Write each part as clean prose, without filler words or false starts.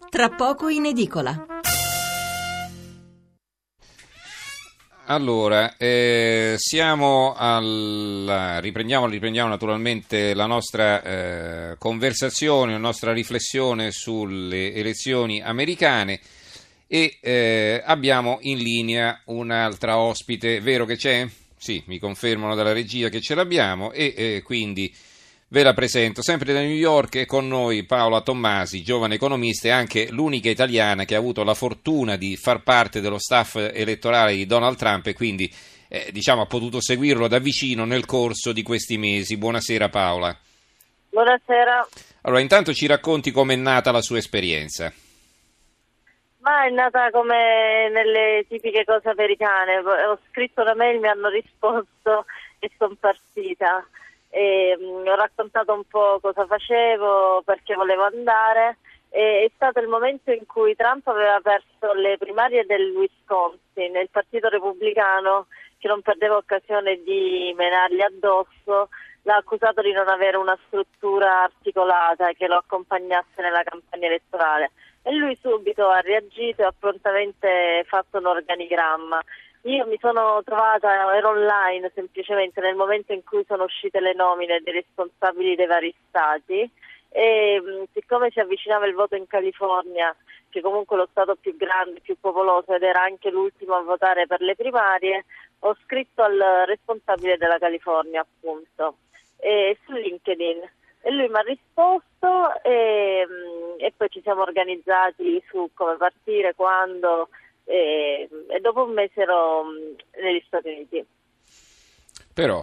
tra poco in edicola. Allora, riprendiamo naturalmente la nostra conversazione, la nostra riflessione sulle elezioni americane e abbiamo in linea un'altra ospite, vero che c'è? Sì, mi confermano dalla regia che ce l'abbiamo e quindi ve la presento. Sempre da New York è con noi Paola Tommasi, giovane economista e anche l'unica italiana che ha avuto la fortuna di far parte dello staff elettorale di Donald Trump e quindi ha potuto seguirlo da vicino nel corso di questi mesi. Buonasera Paola. Buonasera. Allora, intanto ci racconti com'è nata la sua esperienza. Ma è nata come nelle tipiche cose americane. Ho scritto una mail, mi hanno risposto e sono partita. Ho raccontato un po' cosa facevo, perché volevo andare. È stato il momento in cui Trump aveva perso le primarie del Wisconsin e il Partito Repubblicano, che non perdeva occasione di menargli addosso, l'ha accusato di non avere una struttura articolata che lo accompagnasse nella campagna elettorale. E lui subito ha reagito e ha prontamente fatto un organigramma. Io mi sono trovata, ero online semplicemente nel momento in cui sono uscite le nomine dei responsabili dei vari stati e siccome si avvicinava il voto in California, che comunque è lo stato più grande, più popoloso ed era anche l'ultimo a votare per le primarie, ho scritto al responsabile della California appunto su LinkedIn e lui mi ha risposto e poi ci siamo organizzati su come partire, quando e dopo un mese ero negli Stati Uniti. Però,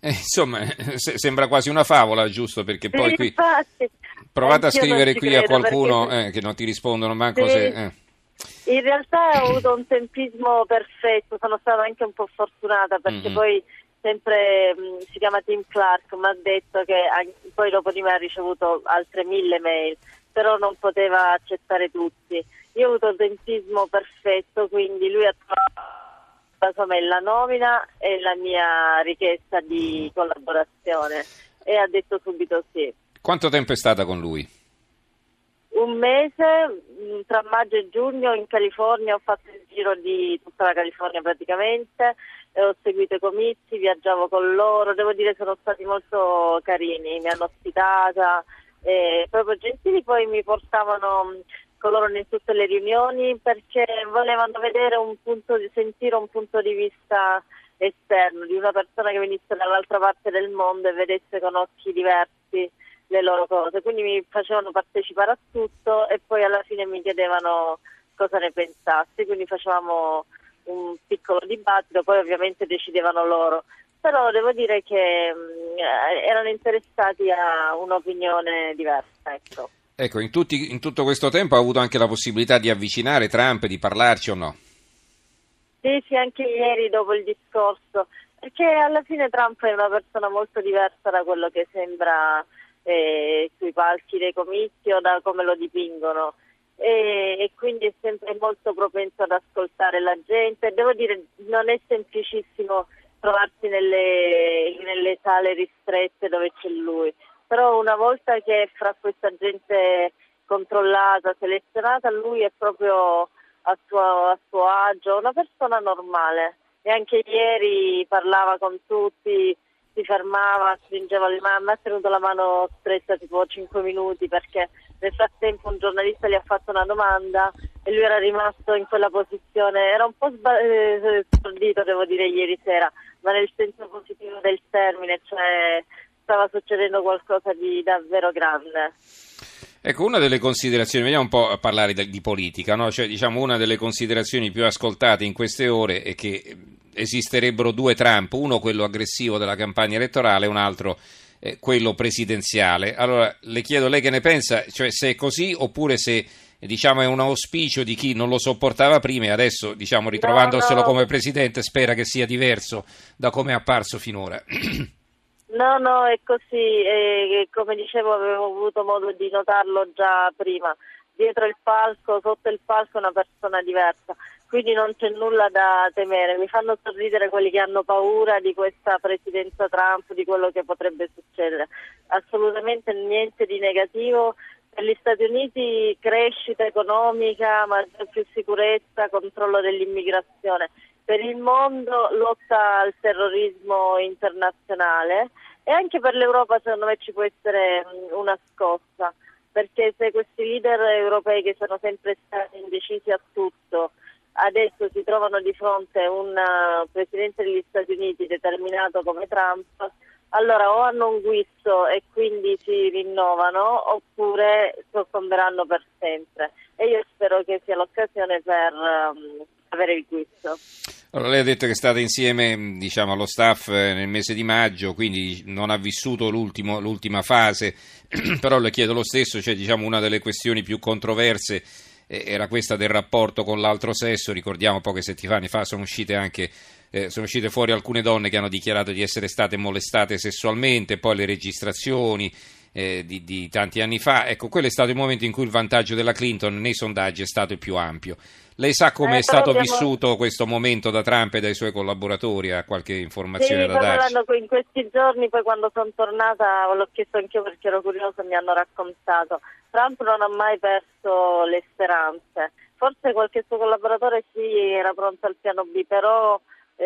sembra quasi una favola, giusto? Perché poi qui infatti, provate a scrivere qui a qualcuno perché... che non ti rispondono manco sì. se... In realtà ho avuto un tempismo perfetto, sono stata anche un po' fortunata perché poi sempre si chiama Tim Clark, mi ha detto che poi dopo di me ha ricevuto altre 1000 mail, però non poteva accettare tutti. Io ho avuto il tempismo perfetto, quindi lui ha trovato la nomina e la mia richiesta di collaborazione e ha detto subito sì. Quanto tempo è stata con lui? Un mese, tra maggio e giugno in California, ho fatto il giro di tutta la California praticamente, ho seguito i comizi, viaggiavo con loro, devo dire sono stati molto carini, mi hanno ospitata, proprio gentili, poi mi portavano con loro in tutte le riunioni perché volevano vedere sentire un punto di vista esterno, di una persona che venisse dall'altra parte del mondo e vedesse con occhi diversi le loro cose, quindi mi facevano partecipare a tutto e poi alla fine mi chiedevano cosa ne pensassi, quindi facevamo un piccolo dibattito, poi ovviamente decidevano loro, però devo dire che erano interessati a un'opinione diversa, ecco. Ecco, in tutto questo tempo ha avuto anche la possibilità di avvicinare Trump, di parlarci o no? Sì, anche ieri dopo il discorso, perché alla fine Trump è una persona molto diversa da quello che sembra sui palchi dei comizi o da come lo dipingono e quindi è sempre molto propenso ad ascoltare la gente. Devo dire, non è semplicissimo trovarsi nelle sale ristrette dove c'è lui, però una volta che è fra questa gente controllata, selezionata, lui è proprio a suo agio, una persona normale e anche ieri parlava con tutti, si fermava, stringeva le mani, mi ha tenuto la mano stretta tipo 5 minuti perché nel frattempo un giornalista gli ha fatto una domanda e lui era rimasto in quella posizione, era un po' stordito devo dire ieri sera, ma nel senso positivo del termine, cioè stava succedendo qualcosa di davvero grande. Ecco, una delle considerazioni, veniamo un po' a parlare di politica, no? Cioè, una delle considerazioni più ascoltate in queste ore è che esisterebbero due Trump, uno quello aggressivo della campagna elettorale e un altro quello presidenziale. Allora, le chiedo lei che ne pensa, cioè se è così oppure se è un auspicio di chi non lo sopportava prima e adesso, ritrovandoselo come presidente, spera che sia diverso da come è apparso finora. No, è così, come dicevo avevo avuto modo di notarlo già prima, dietro il palco, sotto il palco è una persona diversa, quindi non c'è nulla da temere, mi fanno sorridere quelli che hanno paura di questa presidenza Trump, di quello che potrebbe succedere, assolutamente niente di negativo, Per gli Stati Uniti crescita economica, più sicurezza, controllo dell'immigrazione. Per il mondo lotta al terrorismo internazionale, e anche per l'Europa secondo me ci può essere una scossa, perché se questi leader europei che sono sempre stati indecisi a tutto adesso si trovano di fronte a un presidente degli Stati Uniti determinato come Trump, allora o hanno un guizzo e quindi si rinnovano, oppure soccomberanno per sempre. E io spero che sia l'occasione per avere il guizzo. Allora, lei ha detto che è stata insieme, diciamo, allo staff nel mese di maggio, quindi non ha vissuto l'ultima fase, però le chiedo lo stesso, cioè, diciamo, una delle questioni più controverse era questa del rapporto con l'altro sesso. Ricordiamo poche settimane fa sono uscite fuori alcune donne che hanno dichiarato di essere state molestate sessualmente, poi le registrazioni di tanti anni fa. Ecco, quello è stato il momento in cui il vantaggio della Clinton nei sondaggi è stato il più ampio. Lei sa come è stato vissuto questo momento da Trump e dai suoi collaboratori? Ha qualche informazione da darci? In questi giorni, poi quando sono tornata, l'ho chiesto anch'io perché ero curiosa, mi hanno raccontato. Trump non ha mai perso le speranze. Forse qualche suo collaboratore sì, era pronto al piano B, però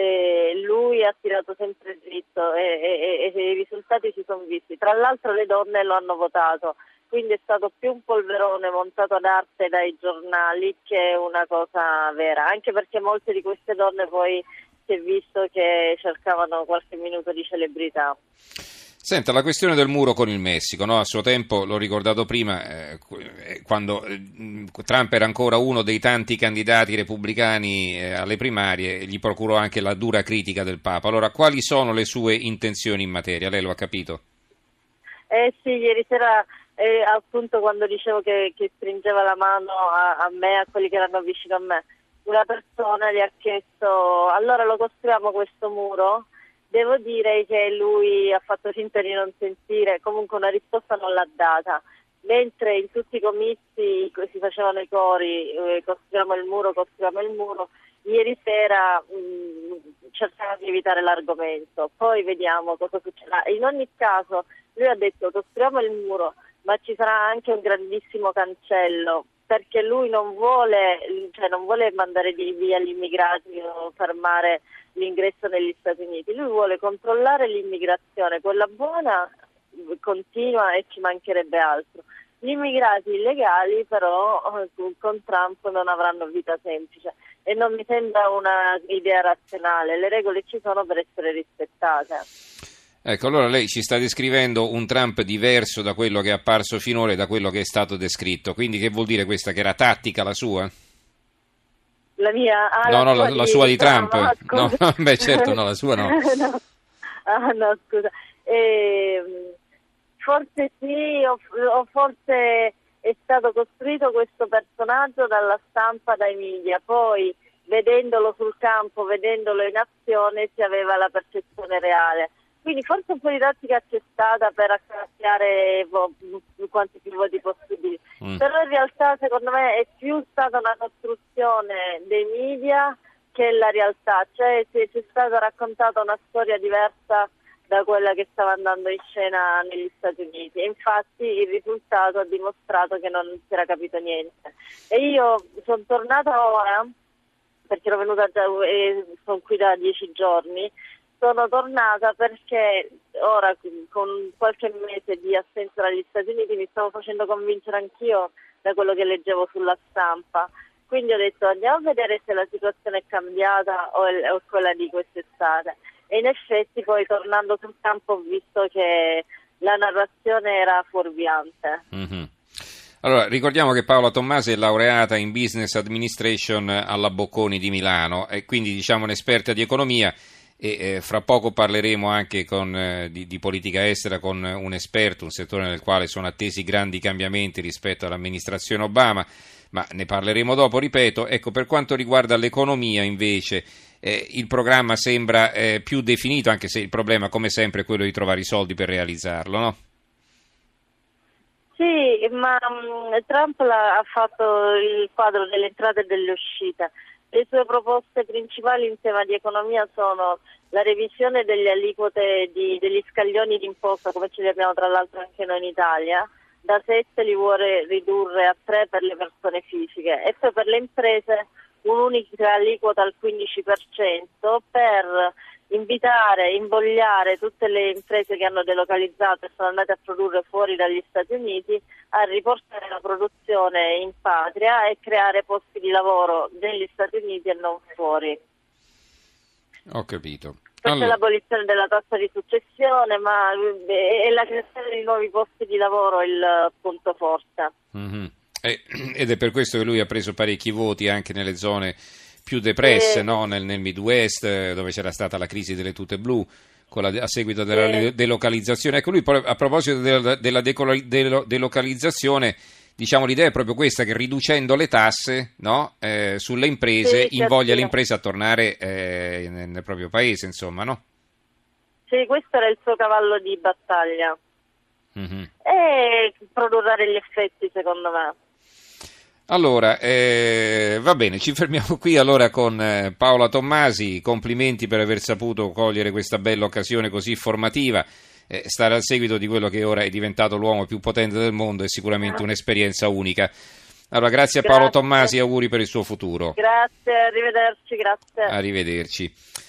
lui ha tirato sempre dritto e i risultati si sono visti. Tra l'altro le donne lo hanno votato, quindi è stato più un polverone montato ad arte dai giornali che una cosa vera, anche perché molte di queste donne poi si è visto che cercavano qualche minuto di celebrità. Senta, la questione del muro con il Messico, no? A suo tempo, l'ho ricordato prima, quando Trump era ancora uno dei tanti candidati repubblicani alle primarie, gli procurò anche la dura critica del Papa. Allora, quali sono le sue intenzioni in materia? Lei lo ha capito? Sì, ieri sera, appunto quando dicevo che stringeva la mano a me, a quelli che erano vicino a me, una persona gli ha chiesto: allora lo costruiamo questo muro? Devo dire che lui ha fatto finta di non sentire, comunque una risposta non l'ha data, mentre in tutti i comizi si facevano i cori, costruiamo il muro, ieri sera cercava di evitare l'argomento, poi vediamo cosa succederà. In ogni caso lui ha detto: costruiamo il muro, ma ci sarà anche un grandissimo cancello, perché lui non vuole mandare via gli immigrati o fermare l'ingresso negli Stati Uniti. Lui vuole controllare l'immigrazione, quella buona continua e ci mancherebbe altro. Gli immigrati illegali però con Trump non avranno vita semplice e non mi sembra una idea razionale. Le regole ci sono per essere rispettate. Ecco, allora lei ci sta descrivendo un Trump diverso da quello che è apparso finora e da quello che è stato descritto. Quindi che vuol dire questa, che era tattica la sua? La mia? La sua di Trump. No, beh, certo, no, la sua no. No. No, scusa. Forse sì, o forse è stato costruito questo personaggio dalla stampa, dai media. Poi, vedendolo sul campo, vedendolo in azione, si aveva la percezione reale. Quindi forse un po' di tattica c'è stata per accasciare quanti più voti possibili. Però in realtà secondo me è più stata una costruzione dei media che la realtà. Cioè c'è stata raccontata una storia diversa da quella che stava andando in scena negli Stati Uniti. E infatti il risultato ha dimostrato che non si era capito niente. E io sono tornata ora, perché ero venuta già e sono qui da 10 giorni, sono tornata perché ora con qualche mese di assenza dagli Stati Uniti mi stavo facendo convincere anch'io da quello che leggevo sulla stampa. Quindi ho detto: andiamo a vedere se la situazione è cambiata o è quella di quest'estate. E in effetti poi tornando sul campo ho visto che la narrazione era fuorviante. Mm-hmm. Allora, ricordiamo che Paola Tommasi è laureata in Business Administration alla Bocconi di Milano e quindi, diciamo, un'esperta di economia. E fra poco parleremo anche di politica estera con un esperto, un settore nel quale sono attesi grandi cambiamenti rispetto all'amministrazione Obama, ma ne parleremo dopo, ripeto. Ecco, per quanto riguarda l'economia invece il programma sembra più definito, anche se il problema come sempre è quello di trovare i soldi per realizzarlo, no? Sì, ma Trump ha fatto il quadro delle entrate e delle uscite. Le sue proposte principali in tema di economia sono la revisione delle aliquote degli scaglioni d'imposta, come ce li abbiamo tra l'altro anche noi in Italia, da 7 li vuole ridurre a 3 per le persone fisiche e poi per le imprese un'unica aliquota al 15% per invitare, invogliare tutte le imprese che hanno delocalizzato e sono andate a produrre fuori dagli Stati Uniti a riportare la produzione in patria e creare posti di lavoro negli Stati Uniti e non fuori. Ho capito. Questa è l'abolizione della tassa di successione, ma è la creazione di nuovi posti di lavoro il punto forte. Mm-hmm. Ed è per questo che lui ha preso parecchi voti anche nelle zone più depresse, no? Nel Midwest, dove c'era stata la crisi delle tute blu a seguito della delocalizzazione. Ecco, lui a proposito della delocalizzazione, diciamo, l'idea è proprio questa, che riducendo le tasse, no? Sulle imprese, invoglia le imprese a tornare nel proprio paese, insomma, no? Sì, questo era il suo cavallo di battaglia. Mm-hmm. E produrrà degli effetti, secondo me. Allora, va bene, ci fermiamo qui allora con Paola Tommasi. Complimenti per aver saputo cogliere questa bella occasione così formativa. Stare al seguito di quello che ora è diventato l'uomo più potente del mondo è sicuramente un'esperienza unica. Allora, grazie a Paolo Tommasi, auguri per il suo futuro. Grazie, arrivederci, grazie. Arrivederci.